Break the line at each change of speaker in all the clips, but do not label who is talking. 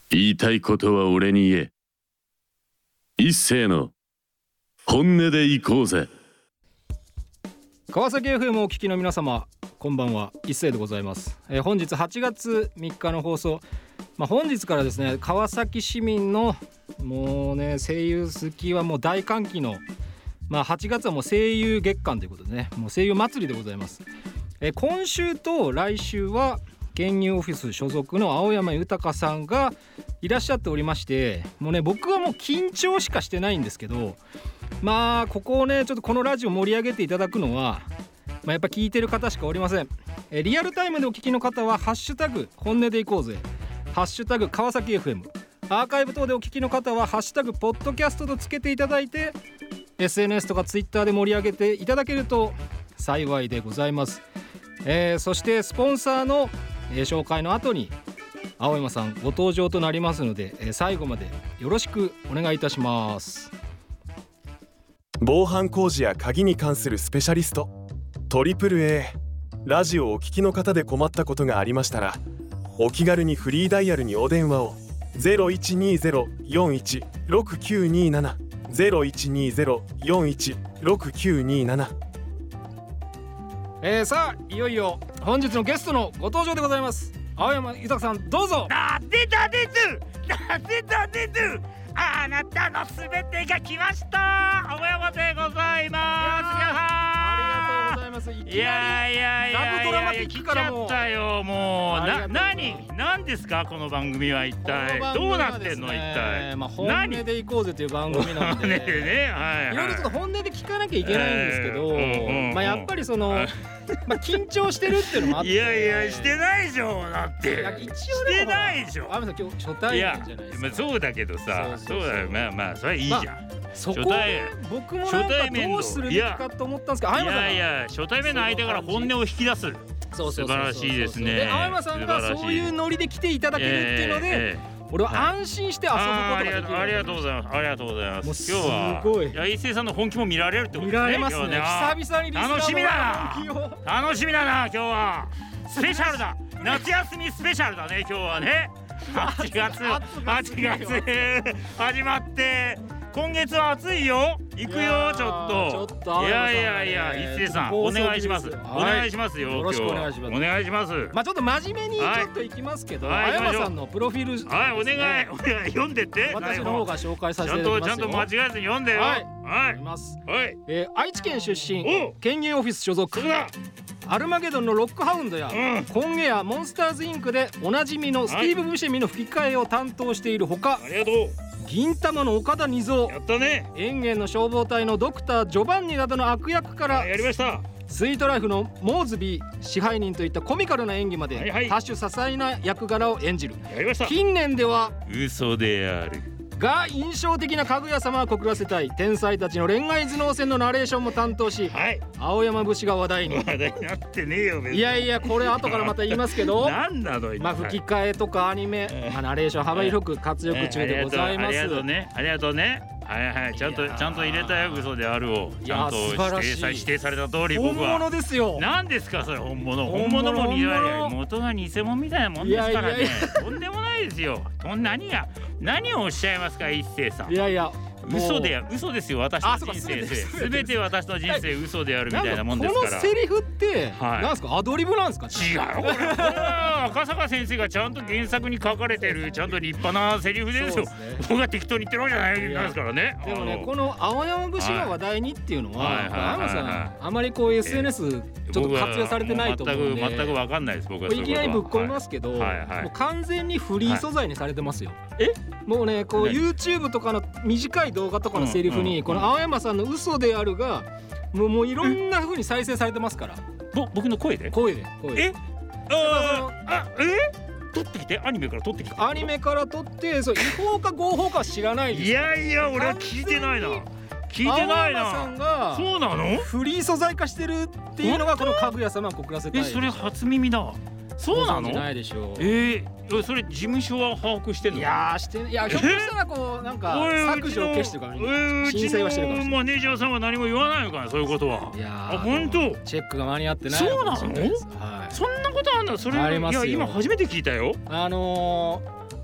言いたいことは俺に言え。一斉の本音で行こうぜ。
川崎 FM をお聞きの皆様、こんばんは。一斉でございます。本日8月3日の放送、本日からですね、川崎市民のもうね、声優好きはもう大歓喜の、8月はもう声優月間ということでね、もう声優祭りでございます。今週と来週は県入オフィス所属の青山豊さんがいらっしゃっておりまして、もうね、僕はもう緊張しかしてないんですけど、ここをね、ちょっとこのラジオ盛り上げていただくのは、やっぱ聞いてる方しかおりません。リアルタイムでお聞きの方はハッシュタグ本音でいこうぜ、ハッシュタグ川崎 FM、 アーカイブ等でお聞きの方はハッシュタグポッドキャストとつけていただいて SNS とかツイッターで盛り上げていただけると幸いでございます。そしてスポンサーの、紹介の後に青山さんご登場となりますので、最後までよろしくお願いいたします。
防犯工事や鍵に関するスペシャリスト AAA。 ラジオをお聞きの方で困ったことがありましたら、お気軽にフリーダイヤルにお電話を。 0120-416927 0120-416927。
さあ、いよいよ本日のゲストのご登場でございます。青山豊さん、どうぞ。
出たあなたのすべてが来ました。青山でございます。
ありがとうございます。
いや
ラブドラマティックからも
来ちゃったよ。もう何ですかこの番組は。一体どうなってんの。一体
本音で行こうぜという番組なので、いろいろちょっと本音で聞かなきゃいけないんですけど、やっぱりその緊張してるっていうのもあって。
いやしてないでしょ。だって
一応
してないでしょ。
青山さん、今日初対面じゃないですか。
そうだけどさ、そうだよ。それはいいじゃん。
そこ僕もなんかどうするべきかと思ったんですけど、青山さん
初対面の相手から本音を引き出す。素晴らしいですね。
で、青山さんがそういうノリで来ていただけるっていうので、俺は安心して遊ぶことができる。
ありがとうございます。今日は一斉さんの本気も見られるってことですね。
見られますね。久々にリスナーの
楽しみだな。今日はスペシャルだ。夏休みスペシャルだね。今日はね、8月始まって、今月は暑いよ。行くよ。ちょっといや一斉さん、お願いします。お願いしますよ。
よろしくお願いします。
お願いします。
ちょっと真面目にちょっと行きますけど、青山さんのプロフィール、
お願い読んでって。
私の方が紹介させていただきますよ。
ちゃんと間違えずに読んでよ。
読みます。愛知県出身、県入オフィス所属、アルマゲドンのロックハウンドや、コンエアモンスターズインクでおなじみのスティーブ・ブシェミの吹き替えを担当しているほか、
ありがとう。
銀玉の岡田二三、
やったね。
塩原の消防隊のドクタージョバンニなどの悪役から、
やりました。
スイートライフのモーズビー支配人といったコミカルな演技まで、多種多彩な役柄を演じる。
やりました。
近年では
嘘である
が印象的なかぐや様は告らせたい天才たちの恋愛頭脳戦のナレーションも担当し、青山節が話題に
なってねえよ。別に
いやこれ後からまた言いますけど
何なの。
吹き替えとかアニメ、ナレーション幅広く活躍中でございます。
ありがとうね。ちゃんと入れたよ。嘘であるをちゃんと指定された通り、僕は
本物ですよ。
何ですかそれ。本物も元が偽物みたいなもんですからね。とんでもないですよ。何をおっしゃいますか一斉さん。嘘ですよ。私の人生全て私の人生嘘であるみたいなもんですから。
このセリフってなんですか、アドリブなんですか。
違う。これは赤坂先生がちゃんと原作に書かれてるちゃんと立派なセリフですよ。僕が適当に言ってるわけじゃないですからね。
でもね、この青山節が話題にっていうのは、青山さんあまりこう SNS ちょっと活用されてないと思うんで、
全く分かんないです。僕は
そういうこと。いきなりぶっ込みますけど、もう完全にフリー素材にされてますよ。もうね、こう YouTube とかの短い動画とかのセリフにこの青山さんの嘘であるがもういろんな風に再生されてますから。
僕の声で
撮
ってきて、アニメから撮ってきて、
アニメから撮って、そう違法か合法かは知らないです。
いや俺は聞いてないな。青
山さんが
そうなの
フリー素材化してるっていうのがこのかぐや様を告らせたい。
それ初耳だ。そうなの。
ないでしょう。
それ事務所は把握してんの。
いやひょっとしたらこうなんか削除を消してるから申請はしてるかもしれない。
マネージャーさんは何も言わないのかな、そういうことは。本当。
チェックが間に合ってないのかもしれないです。
そんなことあんだ。それ今初めて聞いたよ。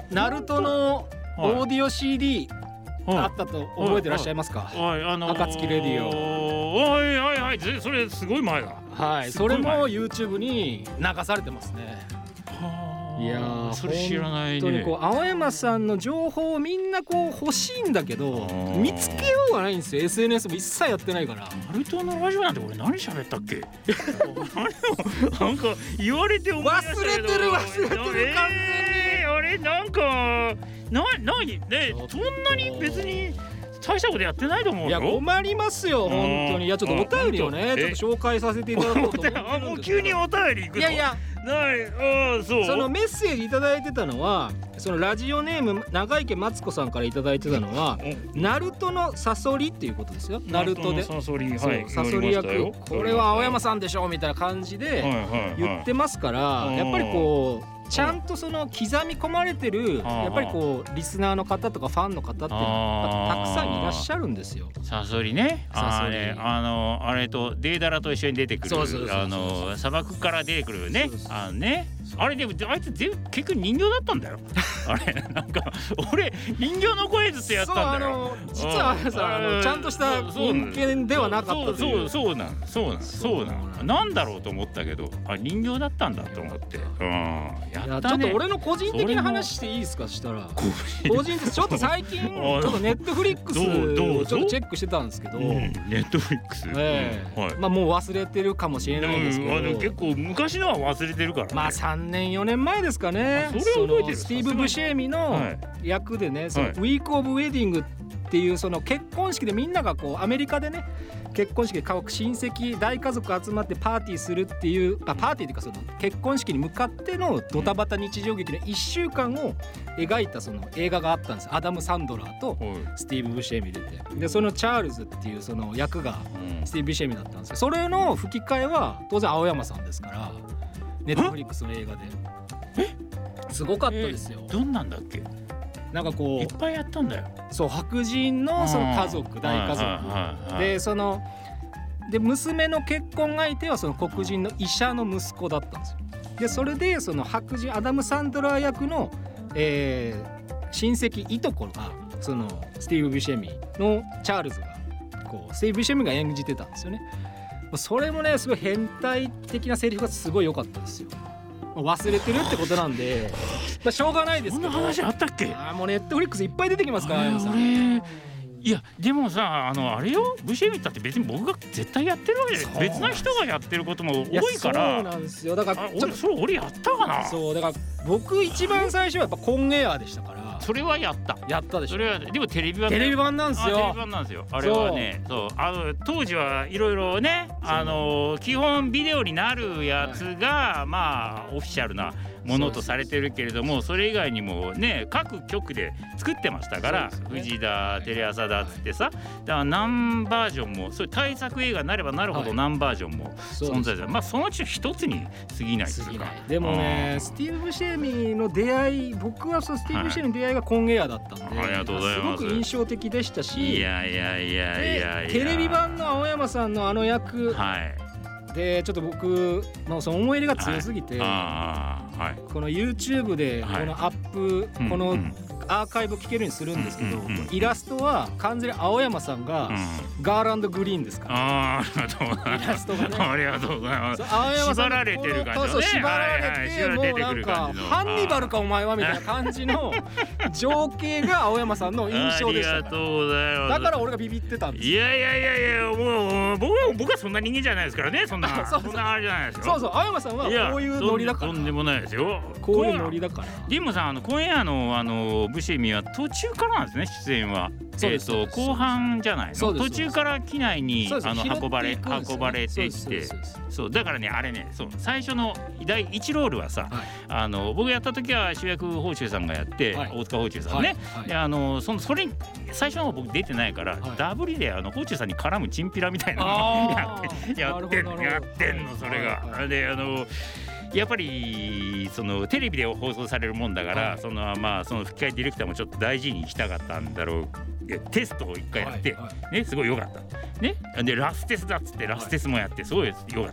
ナルトのオーディオ CD あったと覚えてらっしゃいますか？暁レディオ。
はいそれすごい前だ。
はい、それも YouTube に流されてますね。いやー、
それ知らないね。
本当にこう青山さんの情報をみんなこう欲しいんだけど見つけようがないんですよ。 SNS も一切やってないから。
ナルトのラジオなんて俺何喋ったっけなんか言われて思い出したけど
忘れてる完全に。
あれなんか何ね、そんなに別に大したことやってないと思うよ。
いや困りますよ本当に。いやちょっとお便りをねちょっと紹介させていただこうと思ってるんですけど。
もう急にお便り行くの？
いや
そう。
そのメッセージいただいてたのはそのラジオネーム長池マツコさんからいただいてたのはナルトのサソリっていうことですよ。ナルトで
サソリ、
サソリ役、これは青山さんでしょみたいな感じで言ってますから、やっぱりこうちゃんとその刻み込まれてるやっぱりこうリスナーの方とかファンの方ってたくさんいらっしゃるんですよ。
サソリね。あれとデーダラと一緒に出てくる砂漠から出てくるね。あれでもあいつ結局人形だったんだよ。あれなんか俺人形の声ずっとやったんだよ。
実はさちゃんとした人間ではなかったという。
そうなんなんだろうと思ったけど人形だったんだと思って。やったね。
ちょっと俺の個人的な話していいですか？したら個人的ちょっと最近ちょっとネットフリックスちょっとチェックしてたんですけど、
ネットフリックス
まあもう忘れてるかもしれないんですけど、
結構昔のは忘れてるからね。
まあ3年4年前ですかね。
それ覚えてる。
スティーブ・ブシェーミの役でね、そのウィーク・オブ・ウェディングっていうその結婚式でみんながこうアメリカでね結婚式で親戚大家族集まってパーティーするっていうパーティーっていうかその結婚式に向かってのドタバタ日常劇の1週間を描いたその映画があったんです。アダム・サンドラーとスティーブ・ブシェーミ出て、でそのチャールズっていうその役がスティーブ・ブシェーミだったんですよ。それの吹き替えは当然青山さんですからネットフリックスの映画ですごかったですよ。
どんなんだっけ？
なんかこう
いっぱいやったんだよ。
そう白人のその家族大家族でそので娘の結婚相手はその黒人の医者の息子だったんですよ。でそれでその白人アダム・サンドラー役の、親戚いとこがそのスティーブ・ビシェミのチャールズがこうスティーブ・ビシェミが演じてたんですよね。それもねすごい変態的なセリフがすごい良かったですよ。忘れてるってことなんでまあしょうがないですけど。
そんな話あったっけ？
もうネットフリックスいっぱい出てきますから。
いやでもさあれよブシェミだって別に僕が絶対やってるわけで別な人がやってることも多いから。
そうなんですよ。だから
俺やったかな。
そうだから僕一番最初はやっぱコンエアでしたから。
それはやった
でしょ。
それはでもテレビ版
なんですよ。
テレビ版なんですよ。あれはねそう当時はいろいろね基本ビデオになるやつがまあオフィシャルなものとされてるけれども、それ以外にもね各局で作ってましたから、藤田テレ朝だっつってさ、だから何バージョンもそういう大作映画になればなるほど何バージョンも存在する。まあそのうちの一つに過ぎないというか。
でもねスティーブ・ブシェミの出会い、僕はスティーブ・ブシェミの出会いがコンエアだったんで、
ありがとうございます。
すごく印象的でしたし、
いや
テレビ版の青山さんのあの役、でちょっと僕のその思い入れが強すぎて、この YouTube でこのアップ、このアーカイブ聞けるようにするんですけど、イラストは完全に青山さんがガーランドグリーンですから。
ありがとうございます。
イラストがね。
ありがとうございます。
青山さん
縛られてる感じね。
そう縛られて、もうなんかハンニバルかお前はみたいな感じの情景が青山さんの印象でした。
ありがとうございます。
だから俺がビビってたんです。
いやもう僕はそんな人間じゃないですからね。そんなあれじゃないですよ。
そう青山さんはこういうノリだから。
とんでもないですよ。
こういうノリだから。
でもさコンエアのブシェミは途中からなんですね、出演は。後半じゃないの。途中から機内に運ばれてきて、そうだからねあれね、そう最初の第1ロールはさ、僕やった時は主役宝中さんがやって、大塚宝中さんね。でそれに最初の方僕出てないからダブリで宝中さんに絡むチンピラみたいなのやってんのそれが。でやっぱりそのテレビで放送されるもんだから、その吹き替えディレクターもちょっと大事に行きたかったんだろう。テストを一回やって、ねすごい良かった。ねでラステスだっつってラステスもやってすごい良かった。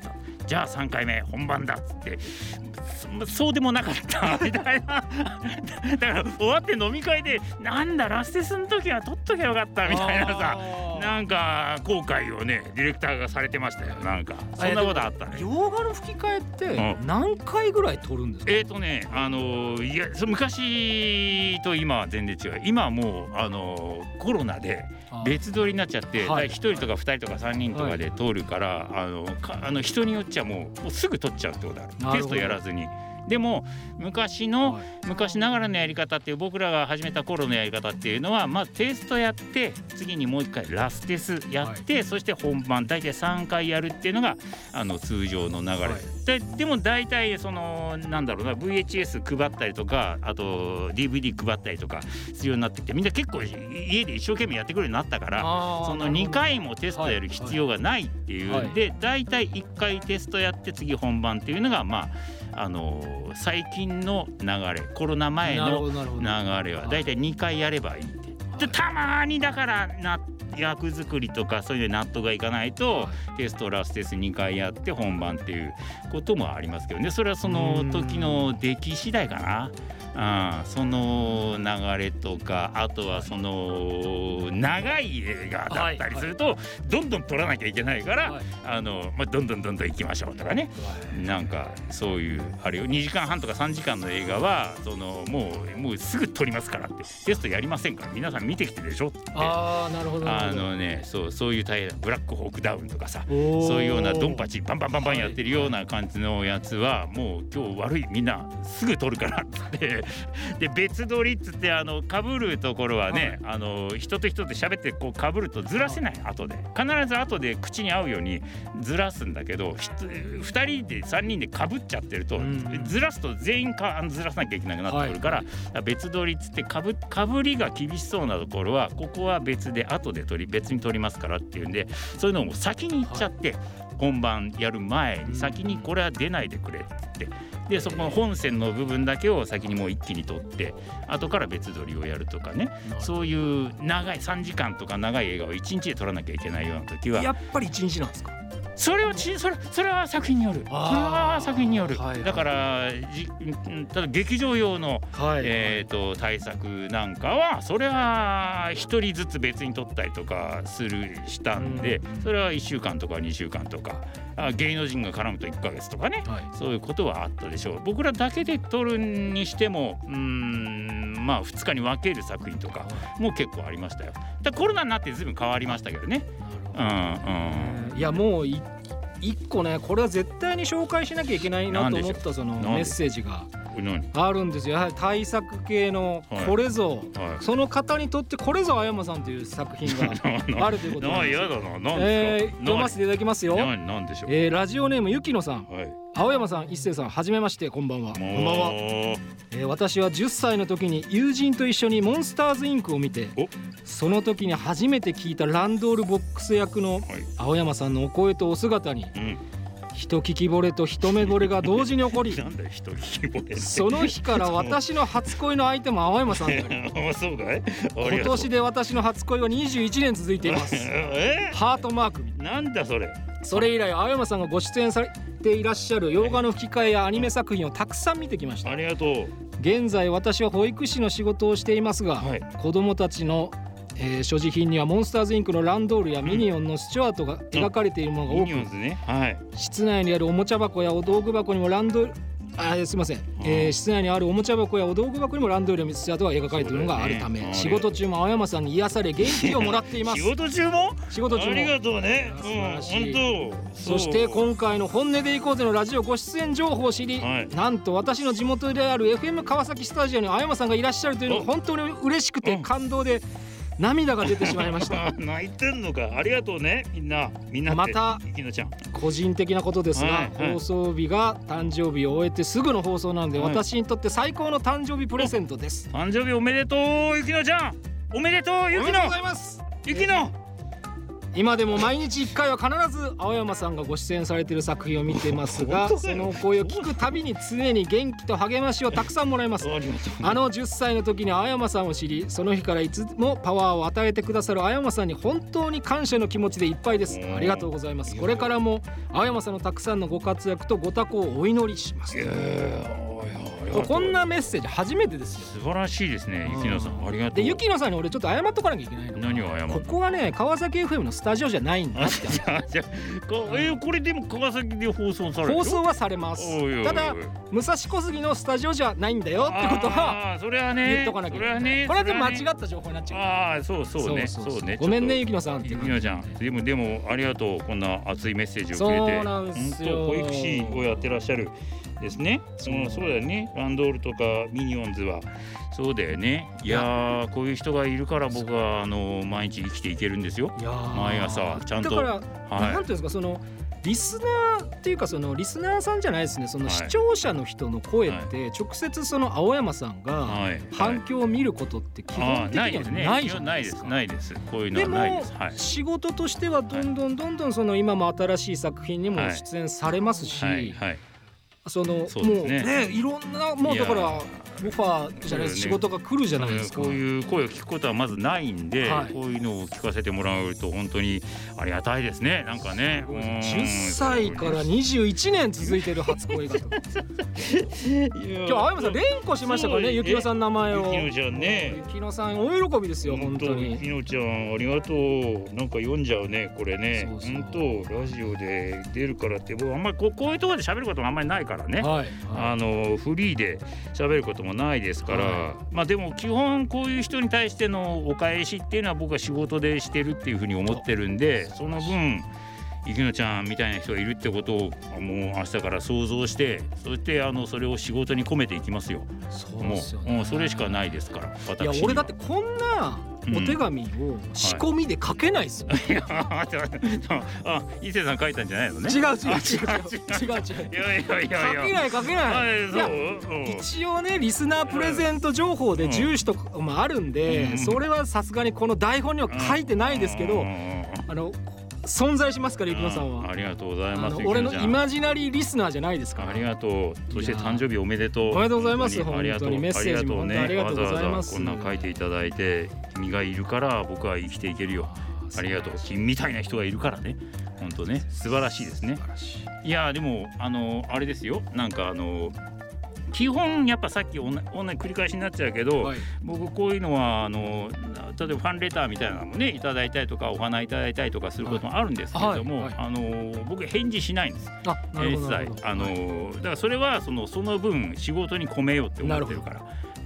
じゃあ3回目本番だっつってそうでもなかったみたいなだから終わって飲み会でなんだラステスの時は撮っときゃよかったみたいなさなんか後悔をねディレクターがされてましたよ。なんかそんなことあったね。
洋画の吹き替えって何回ぐらい撮るんですか？
いや昔と今は全然違う。今はもうコロナで別撮りになっちゃって、1人とか2人とか3人とかで撮るから、人によっちゃもうすぐ撮っちゃうってことある。テストやらずに。でも昔ながらのやり方っていう僕らが始めた頃のやり方っていうのはまあテストやって次にもう一回ラステスやって、そして本番大体3回やるっていうのが通常の流れ、でも大体なんだろうな VHS 配ったりとかあと DVD 配ったりとかするようになってきてみんな結構家で一生懸命やってくるようになったからその2回もテストやる必要がないっていう、で大体1回テストやって次本番っていうのがまあ最近の流れコロナ前の流れはだいたい2回やればいいってでたまにだから役作りとかそういう納得がいかないとテストラステス2回やって本番っていうこともありますけどね。それはその時の出来次第かな。その流れとかあとはその長い映画だったりするとどんどん撮らなきゃいけないからどんどん行きましょうとかね、なんかそういうあれよ2時間半とか3時間の映画はもうすぐ撮りますからってテストやりませんから皆さん見てきてでしょって
なるほど
そういうブラックホークダウンとかさそういうようなドンパチバンバンやってるような感じのやつはもう今日悪いみんなすぐ撮るからってで別撮りっつって被るところはね、人と人と喋ってこう被るとずらせない後で必ず後で口に合うようにずらすんだけど2人で3人で被っちゃってるとずらすと全員ずらさなきゃいけなくなってくるから、別撮りっつって被りが厳しそうなところはここは別で後で別に撮りますからっていうんでそういうのを先に言っちゃって、本番やる前に先にこれは出ないでくれってでそこの本線の部分だけを先にもう一気に撮って後から別撮りをやるとかね、そういう長い3時間とか長い映画を1日で撮らなきゃいけないような時は
やっぱり1日なんですか？
それは作品による。だからただ劇場用の、対策なんかはそれは1人ずつ別に撮ったりとかしたんで、それは1週間とか2週間とか芸能人が絡むと1ヶ月とかね、そういうことはあったでしょう。僕らだけで撮るにしてもまあ2日に分ける作品とかも結構ありましたよ。だコロナになって随分変わりましたけどね。
いやもう一個ねこれは絶対に紹介しなきゃいけないなと思ったそのメッセージがあるんですよ。やはり対策系のこれぞ、その方にとってこれぞ青山さんという作品があるということなんです。読ませていただきますよ。
何でしょう。
ラジオネームゆきのさん、青山さん、一生さん、はじめまして、こんばんは。私は10歳の時に友人と一緒にモンスターズインクを見て、その時に初めて聞いたランドールボックス役の青山さんのお声とお姿に、一聞き惚れと一目惚れが同時に起こりその日から私の初恋の相手も青山さんであり
そうかい
今年で私の初恋は21年続いていますハートマーク。
なんだそれ。
それ以来青山さんがご出演されていらっしゃる洋画の吹き替えやアニメ作品をたくさん見てきました。
ありがとう。
現在私は保育士の仕事をしていますが、子供たちの所持品にはモンスターズインクのランドールやミニオンのスチュワートが描かれているものが多く、室内にあるおもちゃ箱やお道具箱にもランドール室内にあるおもちゃ箱やお道具箱にもランドールやスチュワートが描かれているのがあるため、仕事中も青山さんに癒され元気をもらっています
仕事中もありがとうね。
本当。そして今回の本音でいこうぜのラジオご出演情報を知り、なんと私の地元である FM 川崎スタジオに青山さんがいらっしゃるというのが本当に嬉しくて感動で涙が出てしまいました
泣いてんのか。ありがとうねみんな
また個人的なことですが、放送日が誕生日を終えてすぐの放送なので、私にとって最高の誕生日プレゼントです。
誕生日おめでとうゆきのちゃん。おめでとうゆきの。
おめでとうございます。
ゆきの
今でも毎日1回は必ず青山さんがご出演されている作品を見てますがその声を聞くたびに常に元気と励ましをたくさんもらいます。10歳の時に青山さんを知りその日からいつもパワーを与えてくださる青山さんに本当に感謝の気持ちでいっぱいです。ありがとうございます。これからも青山さんのたくさんのご活躍とご多幸をお祈りします。こんなメッセージ初めてですよ。
素晴らしいですね、雪乃さん。ありがとう。
で、雪乃さんに俺ちょっと謝っとかなきゃいけないの。
何を謝る？
ここはね、川崎 FM のスタジオじゃないんだって。
これでも川崎で放送される？
放送はされます。ただ武蔵小杉のスタジオじゃないんだよってことは
それはね
言っとかなきゃいけない。これはでも間違った情報になっちゃう。そうね。ごめんね雪乃さん。
雪乃ちゃん。でもありがとう。こんな熱いメッセージをくれて。
そうなんですよ。
保育士をやってらっしゃる。ですね。そうだよね。ランドールとかミニオンズはそうだよね。いやこういう人がいるから僕は毎日生きていけるんですよ。毎朝ちゃんと。
だからなんていうんですか、そのリスナーっていうかそのリスナーさんじゃないですね。その視聴者の人の声って直接その青山さんが反響を見ることって基本的にはないじゃないですか。
ないです。こういうのはないです。
でも仕事としてはどんどんその今も新しい作品にも出演されますし。もうね、いろんなもうだからオファーじゃないです、仕事が来るじゃないですか。
こういう声を聞くことはまずないんで、こういうのを聞かせてもらうと本当にありがたいですね。なんかね、
10歳から21年続いてる初恋がと。今日青山さん連呼しましたからね、雪乃さんの名前を。
雪乃ちゃんね。
雪乃さん大喜びですよ本当に。
雪乃ちゃんありがとう。なんか読んじゃうねこれね。本当ラジオで出るからって僕あんまりこういうところで喋ることもあんまりないからね。フリーで喋ることもないですから、まあでも基本こういう人に対してのお返しっていうのは僕は仕事でしてるっていうふうに思ってるんで、その分雪乃ちゃんみたいな人がいるってことをもう明日から想像して、そしてそれを仕事に込めていきますよ。もうそれしかないですから私。
いや俺だってこんなお手紙を仕込みで書けないですよ。
伊勢さん書いたんじゃないのね。
違う。書けない。一応ねリスナープレゼント情報で住所とかもあるんで、それはさすがにこの台本には書いてないですけど、存在しますから雪乃さんは。
ありがとうございます。
俺のイマジナリーリスナーじゃないですから。
ありがとう。そして誕生日おめでとう。
おめでとうございます。本当にメッセージもありがとうございます。
こんな書いていただいて、君がいるから僕は生きていけるよ。ありがとう。君みたいな人がいるからね。本当ね、素晴らしいですね。いやでもあれですよ。なんか基本やっぱさっき同じ繰り返しになっちゃうけど、僕こういうのは例えばファンレターみたいなのもねいただいたりとかお花いただいたりとかすることもあるんですけれども、僕返事しないんです。一切だからそれはその分仕事に込めようって思ってるから。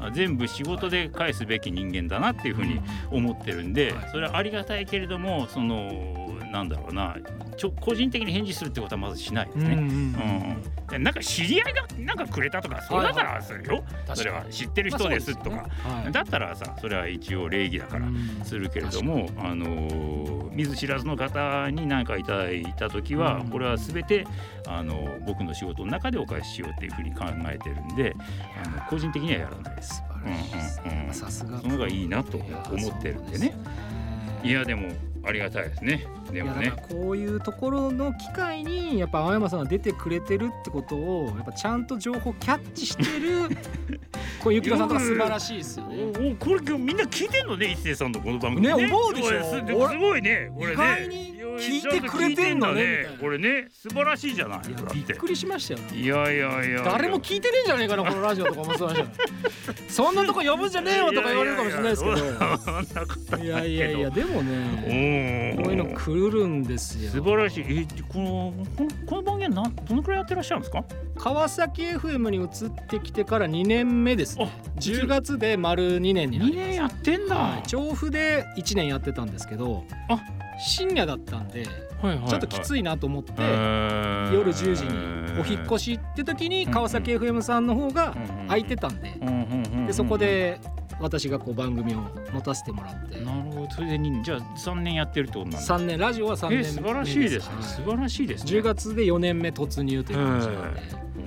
全部仕事で返すべき人間だなっていうふうに思ってるんで、それはありがたいけれどもなんだろうな、個人的に返事するってことはまずしないですね。なんか知り合いがなんかくれたとかそれだったらするよ。それは知ってる人ですとかだったらさ、それは一応礼儀だからするけれども、見ず知らずの方に何かいただいた時はこれは全て僕の仕事の中でお返ししようっていうふうに考えてるんで、個人的にはやらないです。
さすが。
その方がいいなと思ってるんでね。いやでもありがたいですね。でもね、
こういうところの機会にやっぱ青山さんが出てくれてるってことをやっぱちゃんと情報キャッチしてるこう雪乃さんとか素晴らしいですよね。
これみんな聞いてんのね、一星さんのこの番組ね。
思うでしょ。
すごいね。これね。
意外に聞いてくれてんのね。
これね素晴らしいじゃない。
びっくりしましたよ。
いや。
誰も聞いてねえんじゃねえかなこのラジオとかもそうじゃない。そんなとこ呼ぶんじゃねえよとか言われるかもしれないですけど。いやでもね、こういうの来るんですよ。
素晴らしい。この番組はどのくらいやってらっしゃるんですか？
川崎 FM に移ってきてから2年目ですね。10月で丸2年になります。
2年やってんだ。
調布で1年やってたんですけど、深夜だったんでちょっときついなと思って夜10時にお引っ越しって時に川崎 FM さんの方が空いてたんで、そこで私がこう番組を持たせてもらって。
なるほど。それでじゃあ3年やってるってことなんだ。
3年、ラジオは3年目。
素晴らしいですね。素晴らしいですね。
10月で4年目突入という感じなんで。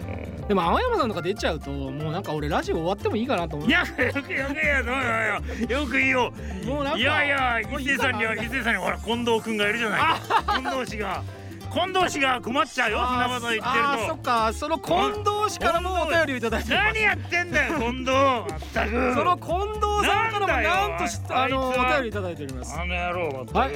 でも青山さんとか出ちゃうともうなんか俺ラジオ終わってもいいかなと思う。
いやよくいいよ。
もうなんか
いや伊勢さんにほら近藤くんがいるじゃないか。近藤氏が困っちゃうよ。船場と言ってると。
そっか、その近藤氏からもお便りをいただいてます。
何やってんだよ近藤。まったく。
その近藤さんからもなんとお便りいただいております。
あの野郎。
はい、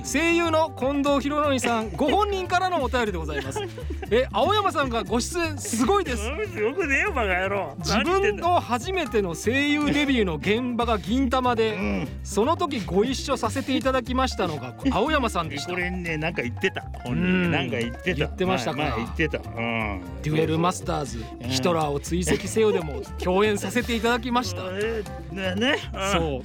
声優の近藤博則さんご本人からのお便りでございます。青山さんがご出演すごいです。
よくねえよバカ野郎。
自分の初めての声優デビューの現場が銀玉で、その時ご一緒させていただきましたのが青山さんでした。
これねなんか言ってた。本人なんか言って
ましたか。
言ってた。
デュエルマスターズヒトラーを追跡せよでも共演させていただきました。そう。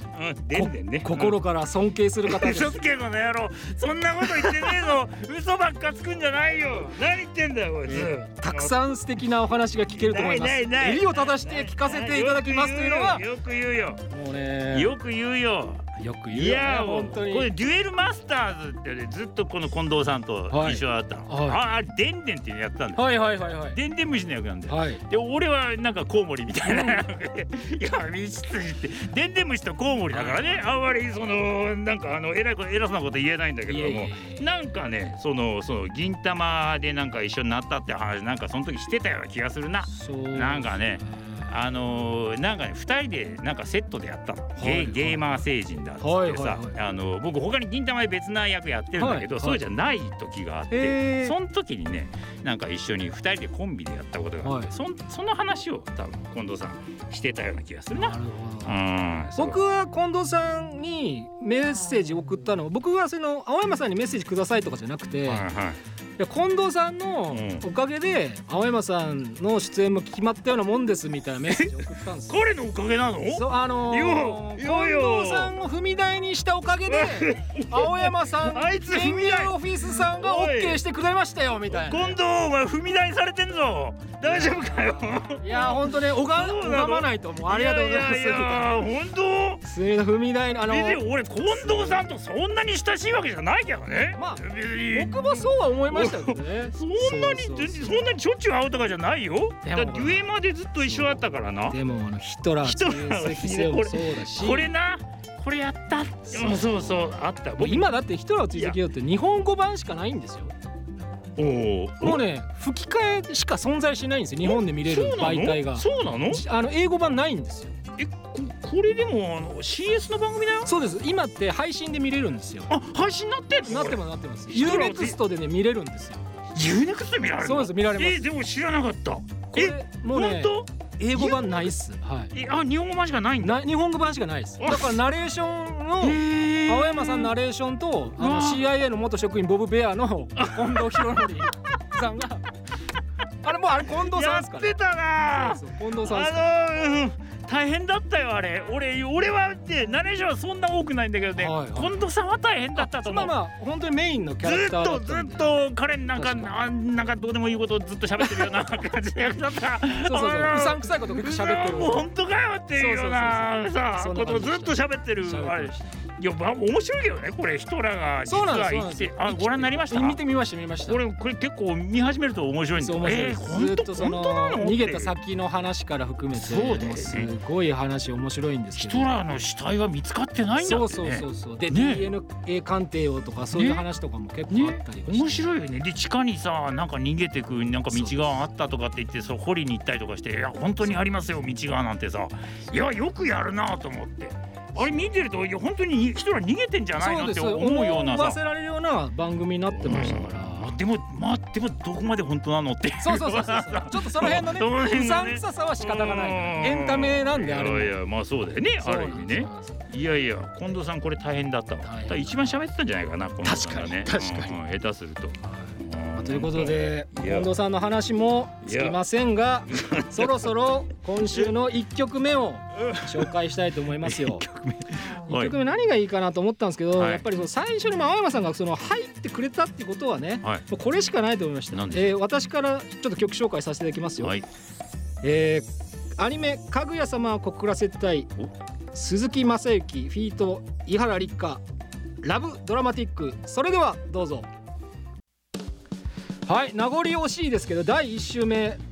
心から尊敬する方です。
嘘つけこの野郎。そんなこと言ってねえぞ。嘘ばっかつくんじゃないよ。何言ってんだよこいつ。
たくさん素敵なお話が聞けると思います。襟を正して聞かせていただきますというのは
よく言うよ。
もうね。
よく言うよ。いや
本当に
これデュエルマスターズってねずっとこの近藤さんと一緒だったの。あれでんでんっていうのやったんだよ。でんでん虫の役なんだよ。で俺はなんかコウモリみたいな。いや密室ってでんでん虫とコウモリだからね。あんまりそのなんか偉そうなこと言えないんだけども、なんかねその銀玉でなんか一緒になったって話なんかその時してたような気がするな。なんかね。なんかね2人でなんかセットでやったの。ゲーマー星人だっつってさ、僕他に銀玉で別な役やってるんだけど、そうじゃない時があって、その時にねなんか一緒に2人でコンビでやったことがあって、その話を多分近藤さんしてたような気がするな。
僕は近藤さんにメッセージ送ったの、僕はその青山さんにメッセージくださいとかじゃなくて、近藤さんのおかげで青山さんの出演も決まったようなもんですみたいなメッセージを送ったんですよ。
彼のおかげなの？
そう近藤さんを踏み台にしたおかげで青山さん演芸オフィスさんが OK してくれましたよみたいな。
近藤お前踏み台にされてんぞ。大丈夫かよ。
いや本当ね拝まないともうありがとうございます。
いや本当。
すごい踏み台
俺近藤さんとそんなに親しいわけじゃないけどね。
まあ僕もそうは思いましたけどね。
そんなにしょっちゅう会うとかじゃそうデュエマでずっと一緒だったからな。
でもヒトラー追跡せよもそうだし、
これやったそうあった。
今だってヒトラーを追跡せよって日本語版しかないんですよ。もうね吹き替えしか存在しないんですよ日本で見れる媒体が。
そうなの？
英語版ないんですよ。
これでもCS の番組だよ。
そうです。今って配信で見れるんですよ。
配信なってんの？
なってます。UNEXT でね見れるんですよ。
UNEXT で見られるの？
そうです、見られます。
でも知らなかった。
もうね英語版ないっす。
日本語版しかないんだ。
日本語版しかないです。だからナレーションの青山さんナレーションとCIA の元職員ボブ・ベアの近藤博則さんがあれ近藤さんですから。
やってたな。
近藤さんですから。
大変だったよあれ。俺はねナレーションはそんな多くないんだけどね、近藤さんは大変だったと思う。
本当にメインのキャラクターだったんで。
ずっと彼なんかどうでもいいことをずっと喋ってるような感じの役だった。
そううさんくさいこと結構喋ってる。
本当かよっていうようなことをずっと喋ってるあれ。いや面白いけどねこれヒトラーが実は生きてご覧になりました？
見てみました。
これ結構見始めると面白いんですよ。
ずっとその逃げた先の話から含めてすごい話面白いんですけど、
ヒトラーの死体は見つかってないんだってね。
そうで DNA 鑑定をとかそういう話とかも結構あったりして
面白いよね。で地下にさなんか逃げてくなんか道があったとかって言って掘りに行ったりとかして、いや本当にありますよ道がなんてさ、いやよくやるなと思って。あれ見てると本当にヒトラー逃げてんじゃないのって思うようなさ、
思わせられるような番組になってましたから。
でもどこまで本当なのって
そうちょっとその辺のねうさんくささは仕方がない。エンタメなんであれも。
いやまあそうだよねある意味ね。いや近藤さんこれ大変だったわ。一番喋ってたんじゃないかな近藤さんがね。
確かに
下手すると。
ということで近藤さんの話もつきませんが、そろそろ今週の1曲目を紹介したいと思いますよ。1曲目何がいいかなと思ったんですけど、やっぱり最初に青山さんが入ってくれたってことはね、これしかないと思いました。私からちょっと曲紹介させていただきますよ。アニメかぐや様は告らせたい鈴木雅之フィート井原立花ラブドラマティック。それではどうぞ。はい、名残惜しいですけど第1週目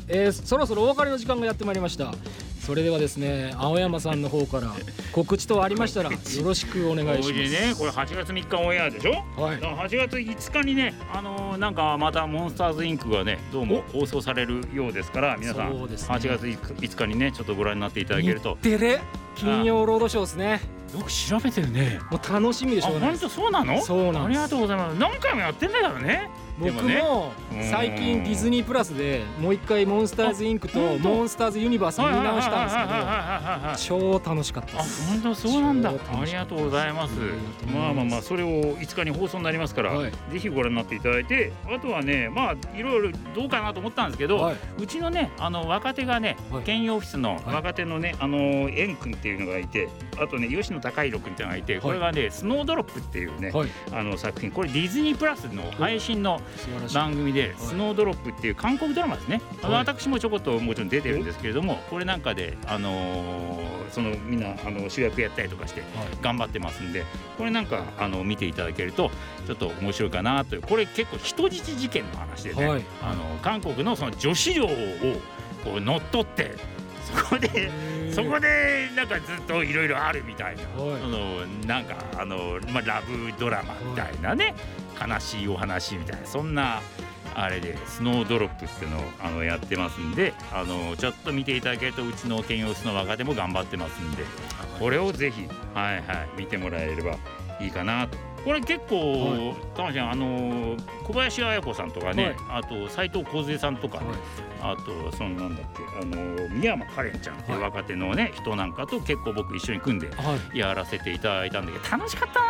そろそろお別れの時間がやってまいりました。それではですね、青山さんの方から告知等ありましたらよろしくお願いします。
ね、これ8月3日オンエアでしょ。はい。8月5日にね、なんかまたモンスターズインクがね、どうも放送されるようですから、皆さん、8月5日にね、ちょっとご覧になっていただけると。
日テレ金曜ロードショーですね。
よく調べてるね。
もう楽しみでしょうね。
本当そうなの？
そうなんです。
ありがとうございます。何回もやってんだからね。
僕も最近ディズニープラスでもう一回モンスターズインクとモンスターズユニバース見直したんですけど、超楽しかったです。
本当そうなんだ。ありがとうございます。まあそれを5日に放送になりますから、ぜひご覧になっていただいて、あとはね、まあいろいろどうかなと思ったんですけど、うちのね若手がね、兼用オフィスの若手のね円君っていうのがいて、あとね吉野貴弘君っていうのがいて、これがねスノードロップっていうね作品、これディズニープラスの配信の番組でスノードロップっていう韓国ドラマですね。私もちょこっともちろん出てるんですけれども、これなんかでそのみんな主役やったりとかして頑張ってますんで、これなんか見ていただけるとちょっと面白いかなという。これ結構人質事件の話でね、韓国のその女子寮をこう乗っ取って、そこでなんかずっといろいろあるみたいな、なんかラブドラマみたいなね、悲しいお話みたいな、そんなあれでスノードロップっていうのをやってますんで、ちょっと見ていただけると、うちの兼用室の若手も頑張ってますんで、これをぜひ見てもらえればいいかなと。これ結構玉ちゃん小林綾子さんとかね、あと斉藤梢さんとかね、あとそのなんだっけ宮山カレンちゃんっていう若手のね人なんかと結構僕一緒に組んでやらせていただいたんだけど、楽しかった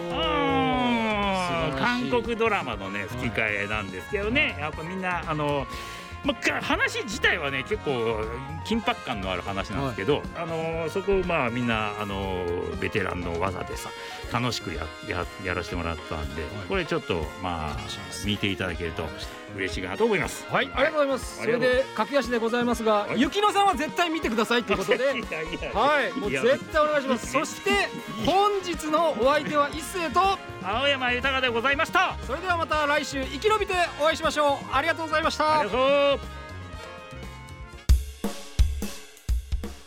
な。韓国ドラマのね吹き替えなんですけどね、やっぱみんな話自体はね結構緊迫感のある話なんですけど、そこをまあみんなベテランの技でさ楽しくやらせてもらったんで、これちょっとまあ見ていただけると嬉しいかなと思います。
はい、ありがとうございます。それで駆け足でございますが、雪乃さんは絶対見てくださいということで、はい、もう絶対お願いします。そして本日のお相手は一星と
青山豊でございました。
それではまた来週生き延びてお会いしましょう。ありがとうございました。
ありがとう。